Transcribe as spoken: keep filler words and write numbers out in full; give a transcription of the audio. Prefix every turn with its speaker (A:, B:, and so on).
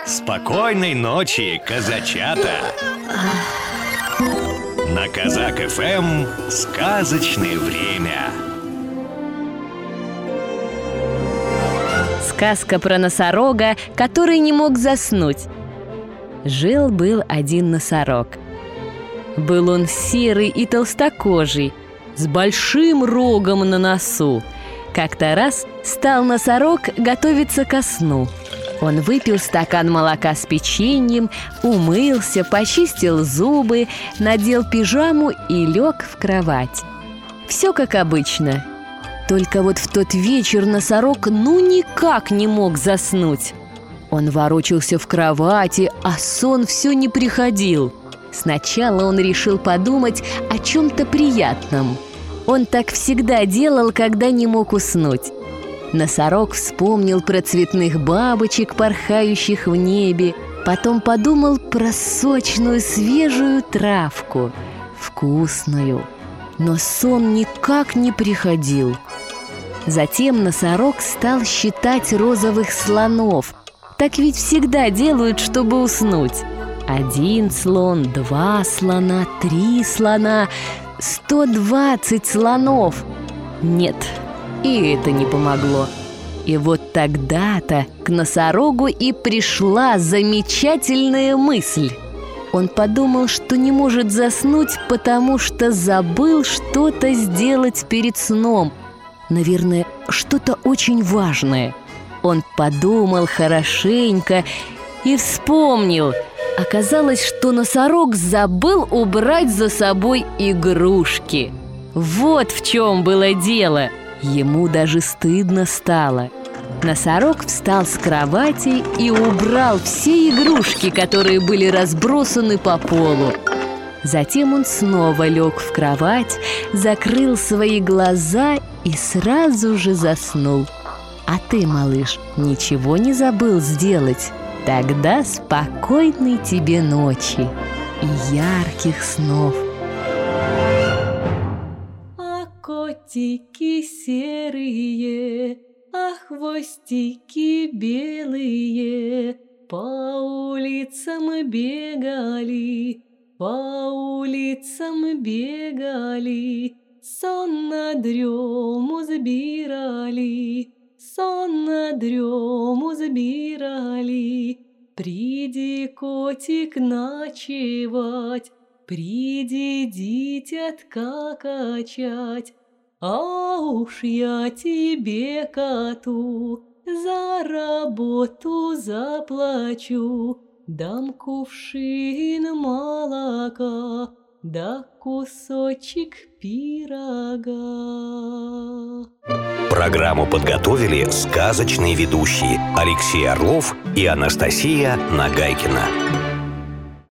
A: Спокойной ночи, казачата! На Казак эф эм сказочное время.
B: Сказка про носорога, который не мог заснуть. Жил-был один носорог. Был он серый и толстокожий, с большим рогом на носу. Как-то раз стал носорог готовиться ко сну. Он выпил стакан молока с печеньем, умылся, почистил зубы, надел пижаму и лег в кровать. Все как обычно. Только вот в тот вечер носорог ну никак не мог заснуть. Он ворочался в кровати, а сон все не приходил. Сначала он решил подумать о чем-то приятном. Он так всегда делал, когда не мог уснуть. Носорог вспомнил про цветных бабочек, порхающих в небе. Потом подумал про сочную свежую травку, вкусную. Но сон никак не приходил. Затем носорог стал считать розовых слонов. Так ведь всегда делают, чтобы уснуть. Один слон, два слона, три слона, сто двадцать слонов. Нет, и это не помогло. И вот тогда-то к носорогу и пришла замечательная мысль. Он подумал, что не может заснуть, потому что забыл что-то сделать перед сном. Наверное, что-то очень важное. Он подумал хорошенько и вспомнил. Оказалось, что носорог забыл убрать за собой игрушки. Вот в чем было дело. Ему даже стыдно стало. Носорог встал с кровати и убрал все игрушки, которые были разбросаны по полу. Затем он снова лег в кровать, закрыл свои глаза и сразу же заснул. А ты, малыш, ничего не забыл сделать? Тогда спокойной тебе ночи и ярких снов.
C: А котики серые, а хвостики белые по улицам бегали, по улицам бегали, сон на дрему забирали, сон на дрему забирали. Приди, котик, ночевать, приди, дитятка качать. А уж я тебе, коту, за работу заплачу. Дам кувшин молока, да кусочек пирога.
A: Программу подготовили сказочные ведущие Алексей Орлов и Анастасия Нагайкина.